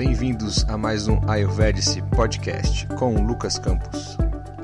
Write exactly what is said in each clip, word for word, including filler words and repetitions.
bem-vindos a mais um Ayurvedic Podcast com o Lucas Campos.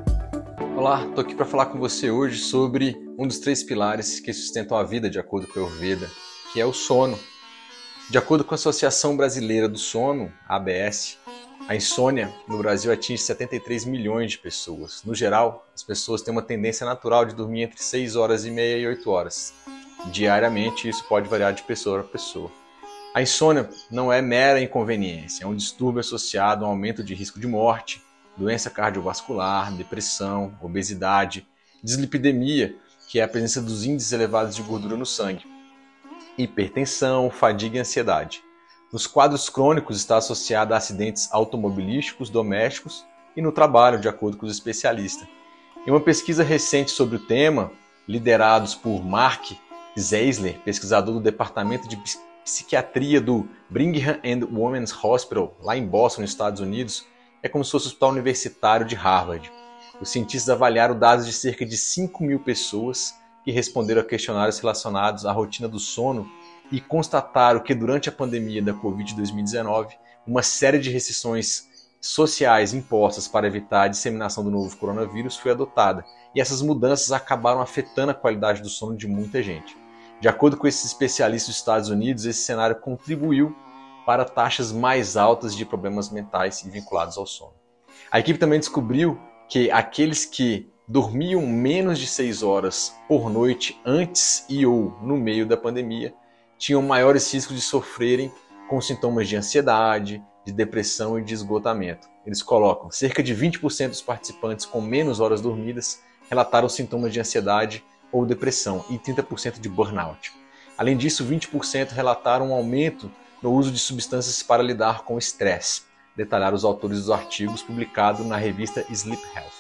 Olá, estou aqui para falar com você hoje sobre um dos três pilares que sustentam a vida de acordo com a Ayurveda, que é o sono. De acordo com a Associação Brasileira do Sono, A B S, a insônia no Brasil atinge setenta e três milhões de pessoas. No geral, as pessoas têm uma tendência natural de dormir entre seis horas e meia e oito horas. Diariamente, isso pode variar de pessoa para pessoa. A insônia não é mera inconveniência, é um distúrbio associado a um aumento de risco de morte, doença cardiovascular, depressão, obesidade, dislipidemia, que é a presença dos índices elevados de gordura no sangue, hipertensão, fadiga e ansiedade. Nos quadros crônicos está associada a acidentes automobilísticos, domésticos e no trabalho, de acordo com os especialistas. Em uma pesquisa recente sobre o tema, liderados por Mark Zeisler, pesquisador do Departamento de Psiquiatria do Brigham and Women's Hospital, lá em Boston, nos Estados Unidos, é como se fosse o Hospital Universitário de Harvard. Os cientistas avaliaram dados de cerca de cinco mil pessoas que responderam a questionários relacionados à rotina do sono e constataram que durante a pandemia da covid dois mil e dezenove, uma série de restrições sociais impostas para evitar a disseminação do novo coronavírus foi adotada, e essas mudanças acabaram afetando a qualidade do sono de muita gente. De acordo com esses especialistas dos Estados Unidos, esse cenário contribuiu para taxas mais altas de problemas mentais e vinculados ao sono. A equipe também descobriu que aqueles que dormiam menos de seis horas por noite antes e ou no meio da pandemia tinham maiores riscos de sofrerem com sintomas de ansiedade, de depressão e de esgotamento. Eles colocam cerca de vinte por cento dos participantes com menos horas dormidas relataram sintomas de ansiedade ou depressão e trinta por cento de burnout. Além disso, vinte por cento relataram um aumento no uso de substâncias para lidar com o estresse, detalharam os autores dos artigos publicados na revista Sleep Health.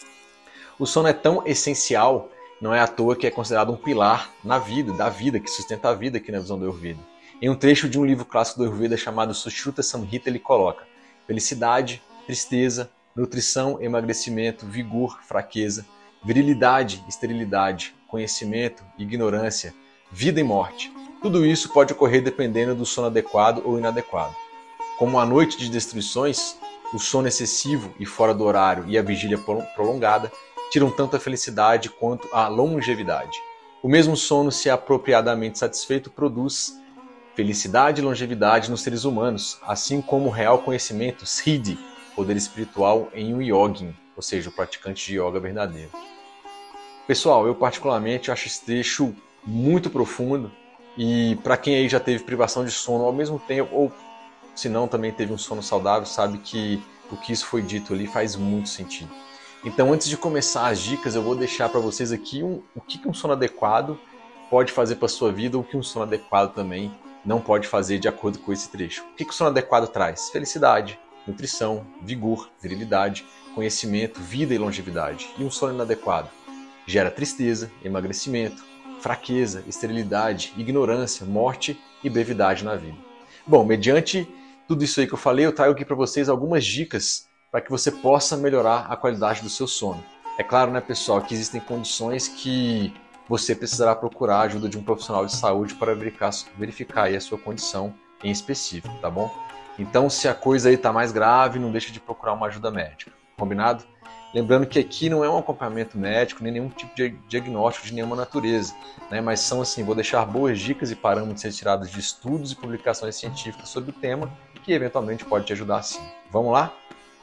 O sono é tão essencial, não é à toa que é considerado um pilar na vida, da vida, que sustenta a vida aqui na visão do Ayurveda. Em um trecho de um livro clássico do Ayurveda chamado Sushruta Samhita, ele coloca: felicidade, tristeza, nutrição, emagrecimento, vigor, fraqueza, virilidade, esterilidade, conhecimento, ignorância, vida e morte. Tudo isso pode ocorrer dependendo do sono adequado ou inadequado. Como a noite de destruições, o sono excessivo e fora do horário e a vigília prolongada tiram tanto a felicidade quanto a longevidade. O mesmo sono, se apropriadamente satisfeito, produz felicidade e longevidade nos seres humanos, assim como o real conhecimento, siddhi, poder espiritual em um yogin, ou seja, o praticante de yoga verdadeiro. Pessoal, eu particularmente acho esse trecho muito profundo e para quem aí já teve privação de sono ao mesmo tempo, ou se não também teve um sono saudável, sabe que o que isso foi dito ali faz muito sentido. Então, antes de começar as dicas, eu vou deixar para vocês aqui um, o que um sono adequado pode fazer para a sua vida ou o que um sono adequado também não pode fazer de acordo com esse trecho. O que o sono adequado traz? Felicidade, nutrição, vigor, virilidade, conhecimento, vida e longevidade. E um sono inadequado gera tristeza, emagrecimento, fraqueza, esterilidade, ignorância, morte e brevidade na vida. Bom, mediante tudo isso aí que eu falei, eu trago aqui para vocês algumas dicas para que você possa melhorar a qualidade do seu sono. É claro, né, pessoal, que existem condições que você precisará procurar a ajuda de um profissional de saúde para verificar, verificar aí a sua condição em específico, tá bom? Então, se a coisa aí está mais grave, não deixe de procurar uma ajuda médica, combinado? Lembrando que aqui não é um acompanhamento médico, nem nenhum tipo de diagnóstico de nenhuma natureza, né? Mas são assim, vou deixar boas dicas e parâmetros retirados de estudos e publicações científicas sobre o tema, que eventualmente pode te ajudar sim. Vamos lá?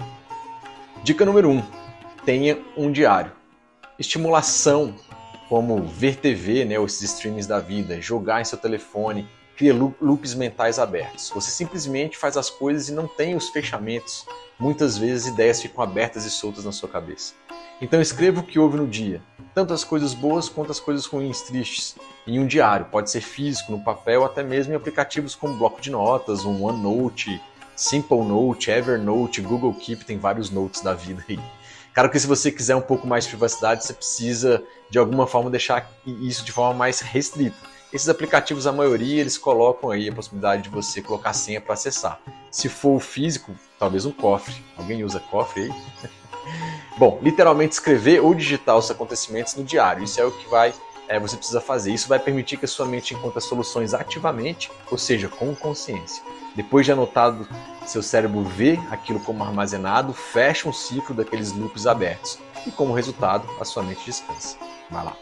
Dica número um, tenha um diário. Estimulação, como ver T V, né, ou esses streamings da vida, jogar em seu telefone, cria loops mentais abertos. Você simplesmente faz as coisas e não tem os fechamentos. Muitas vezes ideias ficam abertas e soltas na sua cabeça. Então escreva o que houve no dia, tanto as coisas boas quanto as coisas ruins, tristes, em um diário. Pode ser físico, no papel, até mesmo em aplicativos como bloco de notas, um OneNote, Simple Note, Evernote, Google Keep, tem vários notes da vida aí. Claro que se você quiser um pouco mais de privacidade, você precisa de alguma forma deixar isso de forma mais restrita. Esses aplicativos, a maioria, eles colocam aí a possibilidade de você colocar senha para acessar. Se for o físico, talvez um cofre. Alguém usa cofre aí? Bom, literalmente escrever ou digitar os acontecimentos no diário. Isso é o que vai é, você precisa fazer. Isso vai permitir que a sua mente encontre soluções ativamente, ou seja, com consciência. Depois de anotado, seu cérebro vê aquilo como armazenado, fecha um ciclo daqueles loops abertos. E como resultado, a sua mente descansa. Vai lá.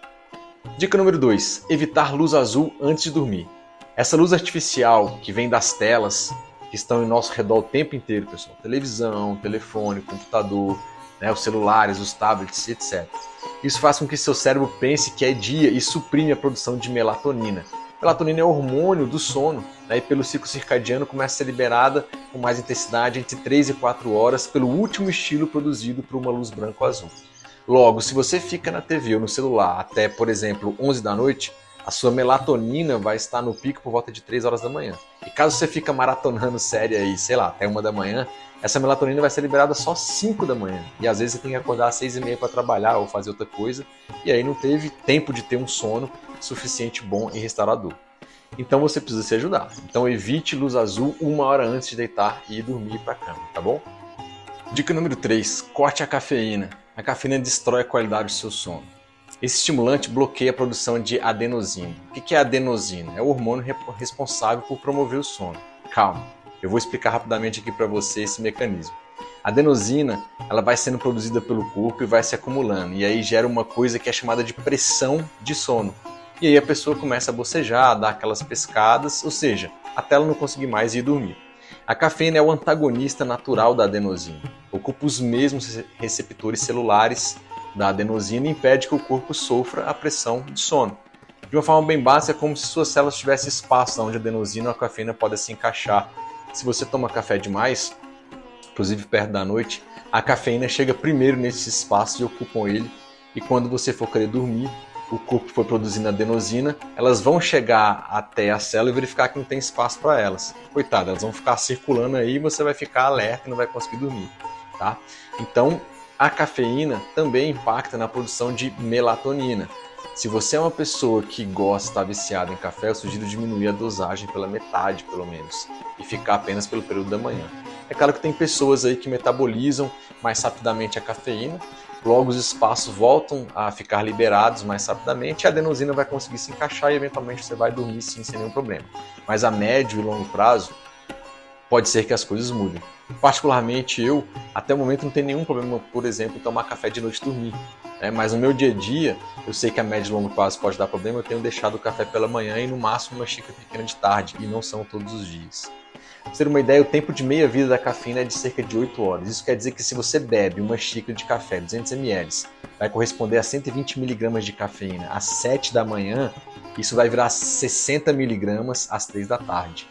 Dica número dois. Evitar luz azul antes de dormir. Essa luz artificial que vem das telas, que estão em nosso redor o tempo inteiro, pessoal. Televisão, telefone, computador, né, os celulares, os tablets, etcétera. Isso faz com que seu cérebro pense que é dia e suprime a produção de melatonina. Melatonina é o hormônio do sono, né, e pelo ciclo circadiano começa a ser liberada com mais intensidade entre três e quatro horas pelo último estilo produzido por uma luz branca ou azul. Logo, se você fica na T V ou no celular até, por exemplo, onze da noite, a sua melatonina vai estar no pico por volta de três horas da manhã. E caso você fique maratonando série aí, sei lá, até uma da manhã, essa melatonina vai ser liberada só cinco da manhã. E às vezes você tem que acordar às seis e meia para trabalhar ou fazer outra coisa, e aí não teve tempo de ter um sono suficiente bom e restaurador. Então você precisa se ajudar. Então evite luz azul uma hora antes de deitar e dormir para a cama, tá bom? Dica número três. Corte a cafeína. A cafeína destrói a qualidade do seu sono. Esse estimulante bloqueia a produção de adenosina. O que é adenosina? É o hormônio responsável por promover o sono. Calma, eu vou explicar rapidamente aqui para você esse mecanismo. A adenosina, ela vai sendo produzida pelo corpo e vai se acumulando. E aí gera uma coisa que é chamada de pressão de sono. E aí a pessoa começa a bocejar, a dar aquelas pescadas, ou seja, até ela não conseguir mais ir dormir. A cafeína é o antagonista natural da adenosina. Ocupa os mesmos receptores celulares da adenosina e impede que o corpo sofra a pressão de sono. De uma forma bem básica, é como se suas células tivessem espaço onde a adenosina ou a cafeína podem se encaixar. Se você toma café demais, inclusive perto da noite, a cafeína chega primeiro nesses espaços e ocupam ele. E quando você for querer dormir, o corpo foi produzindo adenosina, elas vão chegar até a célula e verificar que não tem espaço para elas. Coitada, elas vão ficar circulando aí e você vai ficar alerta e não vai conseguir dormir. Tá? Então, a cafeína também impacta na produção de melatonina. Se você é uma pessoa que gosta de estar viciada em café, eu sugiro diminuir a dosagem pela metade, pelo menos, e ficar apenas pelo período da manhã. É claro que tem pessoas aí que metabolizam mais rapidamente a cafeína, logo os espaços voltam a ficar liberados mais rapidamente e a adenosina vai conseguir se encaixar e eventualmente você vai dormir sim, sem nenhum problema. Mas a médio e longo prazo, pode ser que as coisas mudem. Particularmente eu, até o momento não tenho nenhum problema, por exemplo, em tomar café de noite e dormir. É, mas no meu dia a dia, eu sei que a médio e longo prazo pode dar problema, eu tenho deixado o café pela manhã e no máximo uma xícara pequena de tarde, e não são todos os dias. Para você ter uma ideia, o tempo de meia-vida da cafeína é de cerca de oito horas. Isso quer dizer que se você bebe uma xícara de café, duzentos mililitros, vai corresponder a cento e vinte miligramas de cafeína às sete da manhã, isso vai virar sessenta miligramas às três da tarde.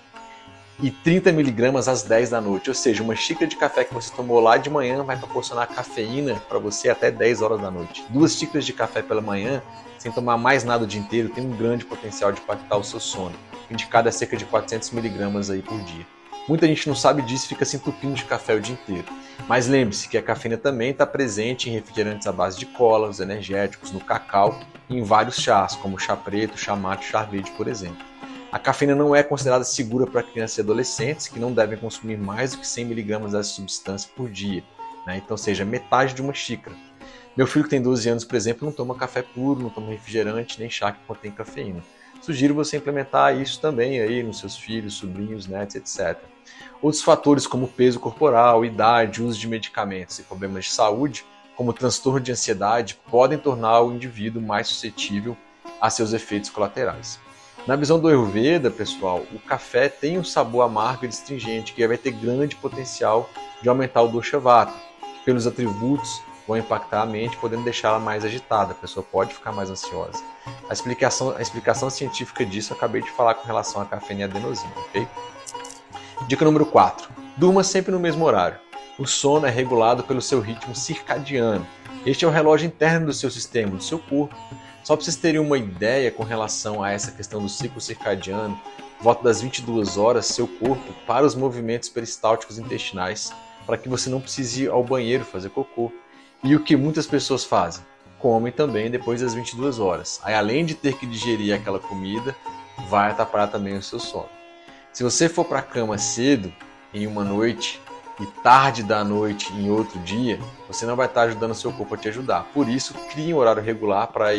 E trinta miligramas às dez da noite, ou seja, uma xícara de café que você tomou lá de manhã vai proporcionar cafeína para você até dez horas da noite. Duas xícaras de café pela manhã, sem tomar mais nada o dia inteiro, tem um grande potencial de impactar o seu sono. O indicado é cerca de quatrocentos miligramas aí por dia. Muita gente não sabe disso e fica se entupindo de café o dia inteiro. Mas lembre-se que a cafeína também está presente em refrigerantes à base de cola, os energéticos, no cacau e em vários chás, como chá preto, chá mate e chá verde, por exemplo. A cafeína não é considerada segura para crianças e adolescentes, que não devem consumir mais do que cem miligramas dessa substância por dia, né? Então, seja metade de uma xícara. Meu filho que tem doze anos, por exemplo, não toma café puro, não toma refrigerante, nem chá que contém cafeína. Sugiro você implementar isso também aí nos seus filhos, sobrinhos, netos, etcétera. Outros fatores como peso corporal, idade, uso de medicamentos e problemas de saúde, como transtorno de ansiedade, podem tornar o indivíduo mais suscetível a seus efeitos colaterais. Na visão do Ayurveda, pessoal, o café tem um sabor amargo e astringente que vai ter grande potencial de aumentar o dosha vata, que pelos atributos vão impactar a mente, podendo deixá-la mais agitada, a pessoa pode ficar mais ansiosa. A explicação, a explicação científica disso eu acabei de falar com relação à cafeína e adenosina, ok? Dica número quatro. Durma sempre no mesmo horário. O sono é regulado pelo seu ritmo circadiano. Este é o relógio interno do seu sistema, do seu corpo. Só para vocês terem uma ideia com relação a essa questão do ciclo circadiano, por volta das vinte e duas horas, seu corpo para os movimentos peristálticos intestinais para que você não precise ir ao banheiro fazer cocô. E o que muitas pessoas fazem? Comem também depois das vinte e duas horas. Aí, além de ter que digerir aquela comida, vai atrapalhar também o seu sono. Se você for para a cama cedo, em uma noite, e tarde da noite em outro dia, você não vai estar ajudando o seu corpo a te ajudar. Por isso, crie um horário regular para ir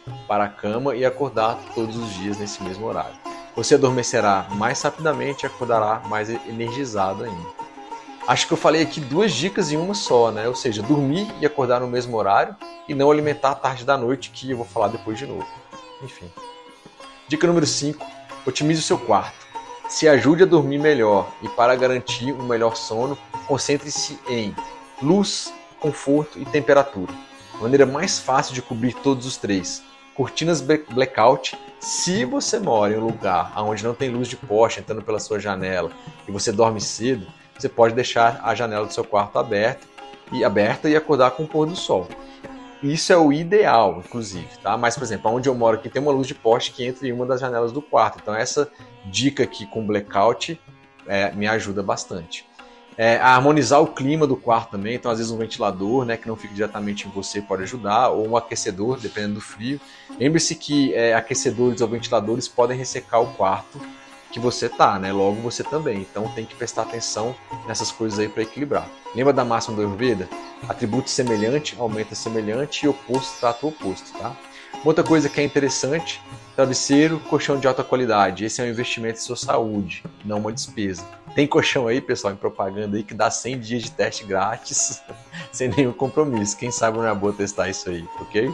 para a cama e acordar todos os dias nesse mesmo horário. Você adormecerá mais rapidamente e acordará mais energizado ainda. Acho que eu falei aqui duas dicas em uma só, né? Ou seja, dormir e acordar no mesmo horário e não alimentar tarde da noite, que eu vou falar depois de novo. Enfim. Dica número cinco. Otimize o seu quarto. Se ajude a dormir melhor e para garantir um melhor sono, concentre-se em luz, conforto e temperatura. A maneira mais fácil de cobrir todos os três. Cortinas blackout. Se você mora em um lugar onde não tem luz de poste entrando pela sua janela e você dorme cedo, você pode deixar a janela do seu quarto aberta e, aberta e acordar com o pôr do sol. Isso é o ideal, inclusive, tá? Mas, por exemplo, onde eu moro aqui tem uma luz de poste que entra em uma das janelas do quarto. Então, essa dica aqui com blackout é, me ajuda bastante. É, a harmonizar o clima do quarto também. Então, às vezes, um ventilador, né, que não fique diretamente em você pode ajudar, ou um aquecedor, dependendo do frio. Lembre-se que é, aquecedores ou ventiladores podem ressecar o quarto que você tá, né? Logo você também. Então tem que prestar atenção nessas coisas aí para equilibrar. Lembra da máxima do Ayurveda? Atributo semelhante aumenta semelhante e oposto trata o oposto, tá? Outra coisa que é interessante, travesseiro, colchão de alta qualidade. Esse é um investimento em sua saúde, não uma despesa. Tem colchão aí, pessoal, em propaganda aí que dá cem dias de teste grátis, sem nenhum compromisso. Quem sabe não é boa testar isso aí, ok?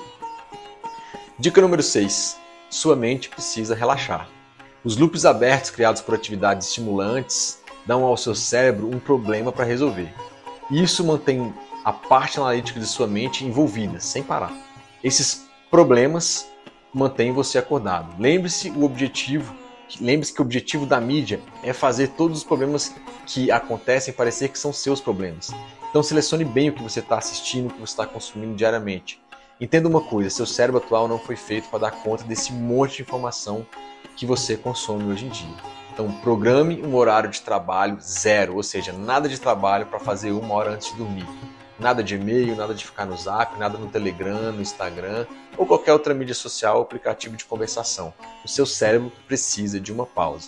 Dica número seis. Sua mente precisa relaxar. Os loops abertos criados por atividades estimulantes dão ao seu cérebro um problema para resolver. Isso mantém a parte analítica de sua mente envolvida, sem parar. Esses problemas mantêm você acordado. Lembre-se o objetivo, lembre-se que o objetivo da mídia é fazer todos os problemas que acontecem parecer que são seus problemas. Então selecione bem o que você está assistindo, o que você está consumindo diariamente. Entenda uma coisa, seu cérebro atual não foi feito para dar conta desse monte de informação que você consome hoje em dia. Então, programe um horário de trabalho zero, ou seja, nada de trabalho para fazer uma hora antes de dormir. Nada de e-mail, nada de ficar no Zap, nada no Telegram, no Instagram ou qualquer outra mídia social ou aplicativo de conversação. O seu cérebro precisa de uma pausa.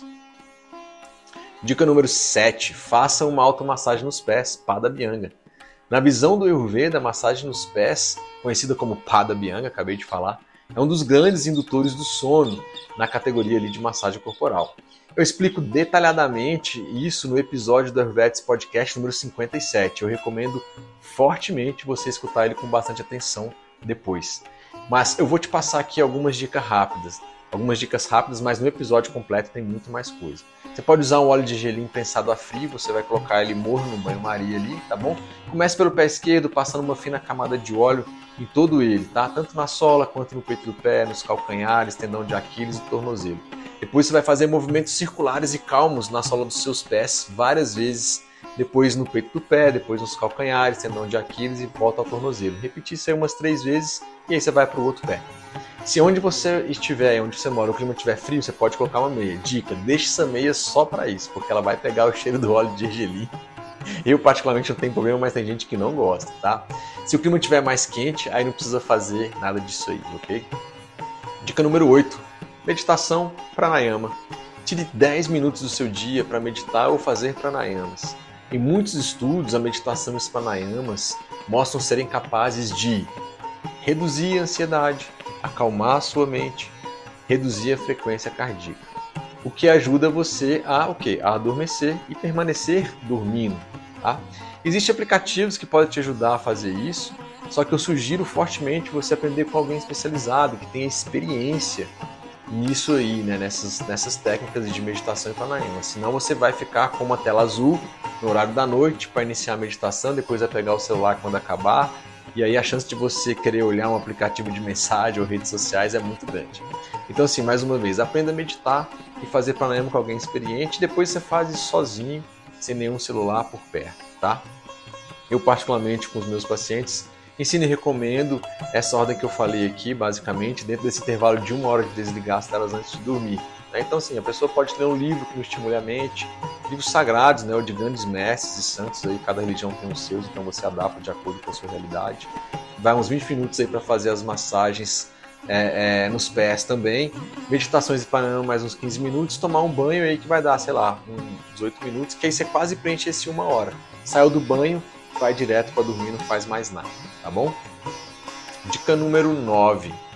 Dica número sete. Faça uma automassagem nos pés, Pada Abhyanga. Na visão do Ayurveda, a massagem nos pés, conhecida como Pada Abhyanga, acabei de falar, é um dos grandes indutores do sono na categoria ali de massagem corporal. Eu explico detalhadamente isso no episódio do Ayurvedic Podcast número cinquenta e sete. Eu recomendo fortemente você escutar ele com bastante atenção depois. Mas eu vou te passar aqui algumas dicas rápidas. Algumas dicas rápidas, mas no episódio completo tem muito mais coisa. Você pode usar um óleo de gergelim prensado a frio, você vai colocar ele morno no banho-maria ali, tá bom? Comece pelo pé esquerdo, passando uma fina camada de óleo em todo ele, tá? Tanto na sola quanto no peito do pé, nos calcanhares, tendão de Aquiles e tornozelo. Depois você vai fazer movimentos circulares e calmos na sola dos seus pés várias vezes, depois no peito do pé, depois nos calcanhares, tendão de Aquiles e volta ao tornozelo. Repetir isso aí umas três vezes e aí você vai para o outro pé. Se onde você estiver, onde você mora, o clima estiver frio, você pode colocar uma meia. Dica, deixe essa meia só para isso, porque ela vai pegar o cheiro do óleo de gergelim. Eu particularmente não tenho problema, mas tem gente que não gosta, tá? Se o clima estiver mais quente, aí não precisa fazer nada disso aí, ok? Dica número oito. Meditação, pranayama. Tire dez minutos do seu dia para meditar ou fazer pranayamas. Em muitos estudos, a meditação e os pranayamas mostram serem capazes de reduzir a ansiedade, acalmar a sua mente, reduzir a frequência cardíaca. O que ajuda você a, o quê? A adormecer e permanecer dormindo. Tá? Existem aplicativos que podem te ajudar a fazer isso, só que eu sugiro fortemente você aprender com alguém especializado, que tenha experiência nisso aí, né? nessas, nessas técnicas de meditação e pranayama. Senão você vai ficar com uma tela azul no horário da noite para iniciar a meditação, depois vai pegar o celular quando acabar, e aí a chance de você querer olhar um aplicativo de mensagem ou redes sociais é muito grande. Então assim, mais uma vez, aprenda a meditar e fazer pranayama com alguém experiente, depois você faz isso sozinho, sem nenhum celular por perto, tá? Eu particularmente com os meus pacientes ensino e recomendo essa ordem que eu falei aqui, basicamente, dentro desse intervalo de uma hora de desligar as telas antes de dormir. Né? Então, assim, a pessoa pode ler um livro que não estimule a mente, livros sagrados, né, ou de grandes mestres e santos, aí, cada religião tem os seus, então você adapta de acordo com a sua realidade. Vai uns vinte minutos aí para fazer as massagens é, é, nos pés também, meditações e pranayama mais uns quinze minutos, tomar um banho aí que vai dar, sei lá, uns dezoito minutos, que aí você quase preenche esse uma hora. Saiu do banho, vai direto para dormir, não faz mais nada, tá bom? Dica número nove.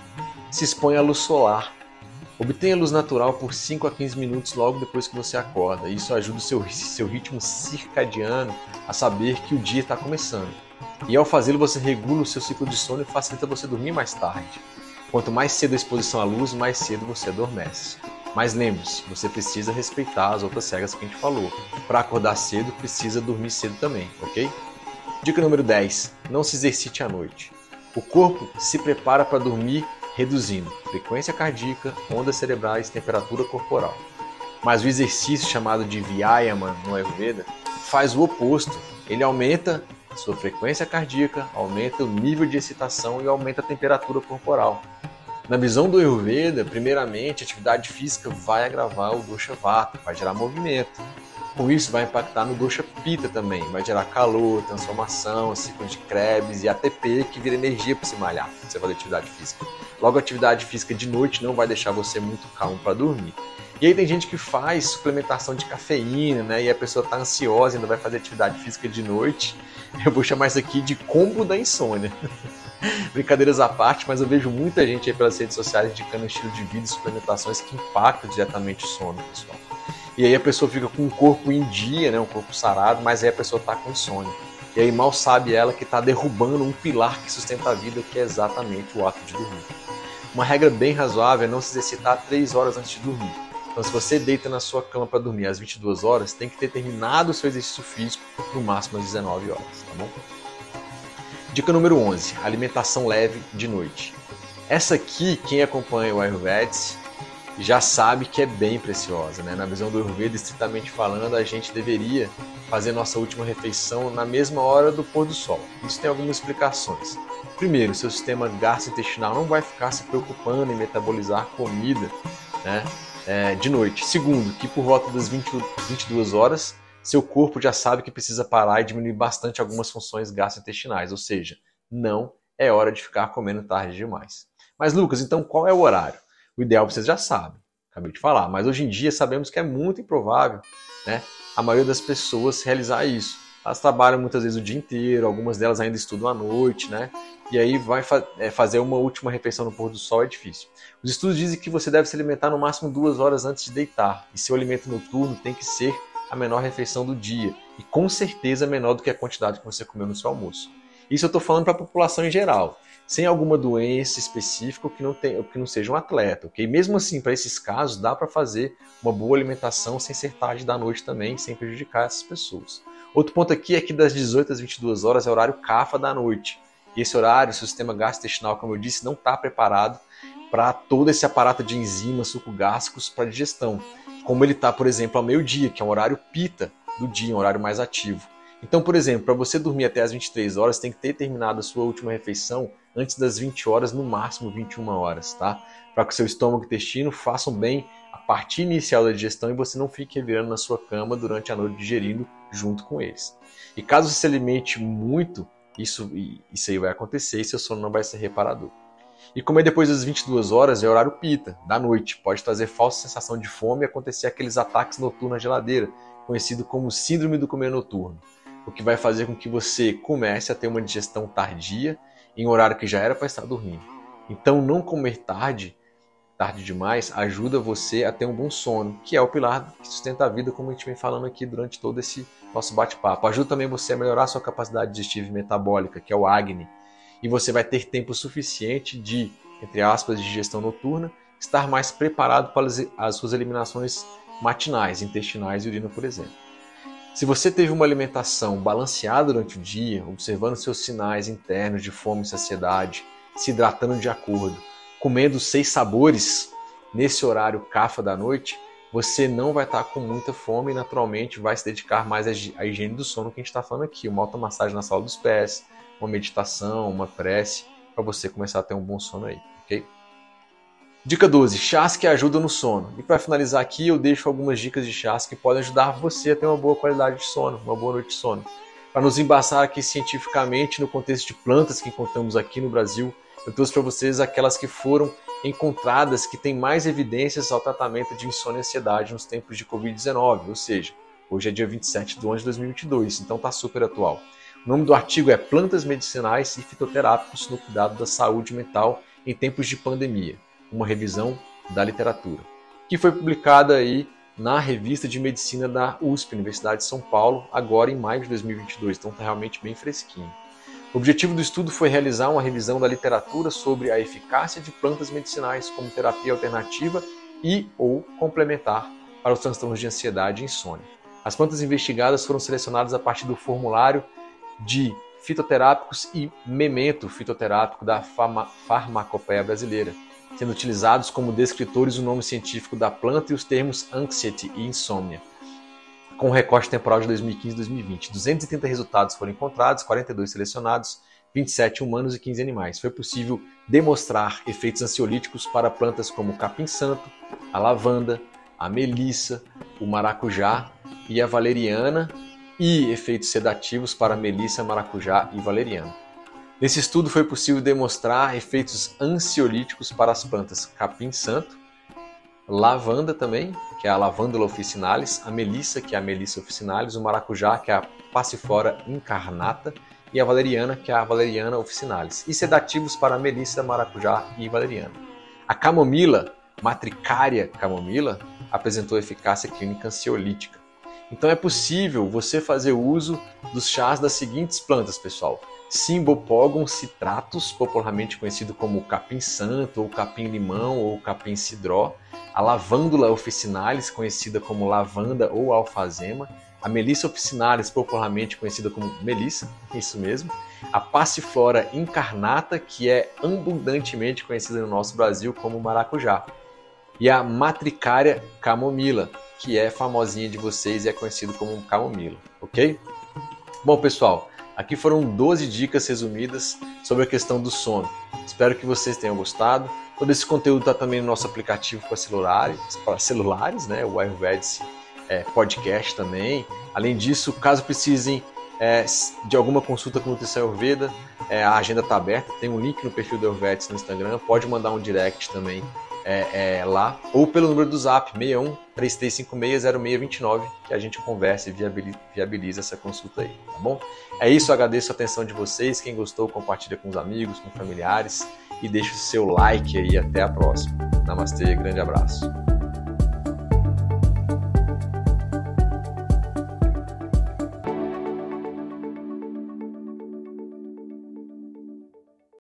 se expõe à luz solar. Obtenha luz natural por cinco a quinze minutos logo depois que você acorda. Isso ajuda o seu, seu ritmo circadiano a saber que o dia está começando. E ao fazê-lo, você regula o seu ciclo de sono e facilita você dormir mais tarde. Quanto mais cedo a exposição à luz, mais cedo você adormece. Mas lembre-se, você precisa respeitar as outras regras que a gente falou. Para acordar cedo, precisa dormir cedo também, ok? Dica número dez. Não se exercite à noite. O corpo se prepara para dormir reduzindo frequência cardíaca, ondas cerebrais e temperatura corporal. Mas o exercício chamado de Vyayama no Ayurveda faz o oposto. Ele aumenta a sua frequência cardíaca, aumenta o nível de excitação e aumenta a temperatura corporal. Na visão do Ayurveda, primeiramente, a atividade física vai agravar o dosha vata, vai gerar movimento. Com isso, vai impactar no dosha pitta também, vai gerar calor, transformação, ciclo de Krebs e A T P, que vira energia para se malhar, para você fazer atividade física. Logo, a atividade física de noite não vai deixar você muito calmo para dormir. E aí tem gente que faz suplementação de cafeína, né? E a pessoa está ansiosa e ainda vai fazer atividade física de noite. Eu vou chamar isso aqui de combo da insônia. Brincadeiras à parte, mas eu vejo muita gente aí pelas redes sociais indicando estilo de vida e suplementações que impactam diretamente o sono, pessoal. E aí a pessoa fica com o corpo em dia, né? Um corpo sarado, mas aí a pessoa está com insônia. E aí mal sabe ela que está derrubando um pilar que sustenta a vida, que é exatamente o ato de dormir. Uma regra bem razoável é não se exercitar três horas antes de dormir. Então, se você deita na sua cama para dormir às vinte e duas horas, tem que ter terminado o seu exercício físico no máximo às dezenove horas, tá bom? Dica número onze. Alimentação leve de noite. Essa aqui, quem acompanha o Ayurveda já sabe que é bem preciosa, né? Na visão do Ayurveda, estritamente falando, a gente deveria fazer nossa última refeição na mesma hora do pôr do sol. Isso tem algumas explicações. Primeiro, seu sistema gastrointestinal não vai ficar se preocupando em metabolizar comida, né? É, de noite. Segundo, que por volta das vinte, vinte e duas horas, seu corpo já sabe que precisa parar e diminuir bastante algumas funções gastrointestinais, ou seja, não é hora de ficar comendo tarde demais. Mas Lucas, então qual é o horário? O ideal vocês já sabem, acabei de falar, mas hoje em dia sabemos que é muito improvável, né, a maioria das pessoas realizar isso. Elas trabalham muitas vezes o dia inteiro, algumas delas ainda estudam à noite, né? E aí vai fa- é, fazer uma última refeição no pôr do sol é difícil. Os estudos dizem que você deve se alimentar no máximo duas horas antes de deitar. E seu alimento noturno tem que ser a menor refeição do dia. E com certeza menor do que a quantidade que você comeu no seu almoço. Isso eu estou falando para a população em geral. Sem alguma doença específica ou que não, tem, ou que não seja um atleta. Okay? Mesmo assim, para esses casos, dá para fazer uma boa alimentação sem ser tarde da noite também, sem prejudicar essas pessoas. Outro ponto aqui é que das dezoito às vinte e duas horas é o horário kapha da noite. E esse horário, o seu sistema gastrointestinal, como eu disse, não está preparado para todo esse aparato de enzimas sucogástricos para digestão. Como ele está, por exemplo, ao meio-dia, que é um horário pitta do dia, um horário mais ativo. Então, por exemplo, para você dormir até as vinte e três horas, tem que ter terminado a sua última refeição antes das vinte horas, no máximo vinte e uma horas, tá? Para que o seu estômago e intestino façam bem a parte inicial da digestão e você não fique revirando na sua cama durante a noite digerindo junto com eles. E caso você se alimente muito, isso, isso aí vai acontecer e seu sono não vai ser reparador. E comer depois das vinte e duas horas é horário pitta, da noite. Pode trazer falsa sensação de fome e acontecer aqueles ataques noturnos na geladeira, conhecido como síndrome do comer noturno. O que vai fazer com que você comece a ter uma digestão tardia em horário que já era para estar dormindo. Então não comer tarde, tarde demais, ajuda você a ter um bom sono, que é o pilar que sustenta a vida, como a gente vem falando aqui durante todo esse nosso bate-papo. Ajuda também você a melhorar a sua capacidade digestiva e metabólica, que é o Agni, e você vai ter tempo suficiente de, entre aspas, de digestão noturna, estar mais preparado para as suas eliminações matinais, intestinais e urina, por exemplo. Se você teve uma alimentação balanceada durante o dia, observando seus sinais internos de fome e saciedade, se hidratando de acordo, comendo seis sabores nesse horário kapha da noite, você não vai estar com muita fome e naturalmente vai se dedicar mais à higiene do sono que a gente está falando aqui. Uma automassagem na sala dos pés, uma meditação, uma prece, para você começar a ter um bom sono aí, ok? Dica doze. Chás que ajudam no sono. E para finalizar aqui, eu deixo algumas dicas de chás que podem ajudar você a ter uma boa qualidade de sono, uma boa noite de sono. Para nos embaçar aqui cientificamente no contexto de plantas que encontramos aqui no Brasil, eu trouxe para vocês aquelas que foram encontradas que têm mais evidências ao tratamento de insônia e ansiedade nos tempos de covid dezenove, ou seja, hoje é dia vinte e sete de onze de dois mil e vinte e dois, então está super atual. O nome do artigo é Plantas Medicinais e Fitoterápicos no Cuidado da Saúde Mental em tempos de pandemia, uma revisão da literatura, que foi publicada aí na revista de medicina da U S P, Universidade de São Paulo, agora em maio de dois mil e vinte e dois, então está realmente bem fresquinho. O objetivo do estudo foi realizar uma revisão da literatura sobre a eficácia de plantas medicinais como terapia alternativa e ou complementar para os transtornos de ansiedade e insônia. As plantas investigadas foram selecionadas a partir do formulário de fitoterápicos e memento fitoterápico da Farma- Farmacopeia Brasileira, sendo utilizados como descritores o nome científico da planta e os termos anxiety e insônia, com o recorte temporal de dois mil e quinze a dois mil e vinte. duzentos e trinta resultados foram encontrados, quarenta e dois selecionados, vinte e sete humanos e quinze animais. Foi possível demonstrar efeitos ansiolíticos para plantas como o capim-santo, a lavanda, a melissa, o maracujá e a valeriana, e efeitos sedativos para a melissa, maracujá e valeriana. Nesse estudo foi possível demonstrar efeitos ansiolíticos para as plantas capim-santo, lavanda também, que é a Lavandula officinalis, a melissa, que é a Melissa officinalis, o maracujá, que é a Passiflora incarnata, e a valeriana, que é a Valeriana officinalis, e sedativos para a melissa, maracujá e valeriana. A camomila, Matricaria camomila, apresentou eficácia clínica ansiolítica. Então é possível você fazer uso dos chás das seguintes plantas, pessoal. Cymbopogon citratus, popularmente conhecido como capim-santo, ou capim-limão, ou capim-cidró. A Lavandula officinalis, conhecida como lavanda ou alfazema. A Melissa officinalis, popularmente conhecida como melissa, isso mesmo. A Passiflora incarnata, que é abundantemente conhecida no nosso Brasil como maracujá. E a Matricaria camomila, que é famosinha de vocês e é conhecido como camomila, ok? Bom, pessoal, aqui foram doze dicas resumidas sobre a questão do sono. Espero que vocês tenham gostado. Todo esse conteúdo está também no nosso aplicativo para celulares, para celulares, né? O Ayurvedic é, Podcast também. Além disso, caso precisem é, de alguma consulta com Nutrição Ayurveda, é, a agenda está aberta. Tem um link no perfil do Ayurvedic no Instagram. Pode mandar um direct também é, é, lá. Ou pelo número do Zap, seis um, três três cinco seis, zero seis dois nove, que a gente conversa e viabiliza, viabiliza essa consulta aí, tá bom? É isso, agradeço a atenção de vocês. Quem gostou, compartilha com os amigos, com familiares e deixa o seu like aí. Até a próxima. Namastê, grande abraço.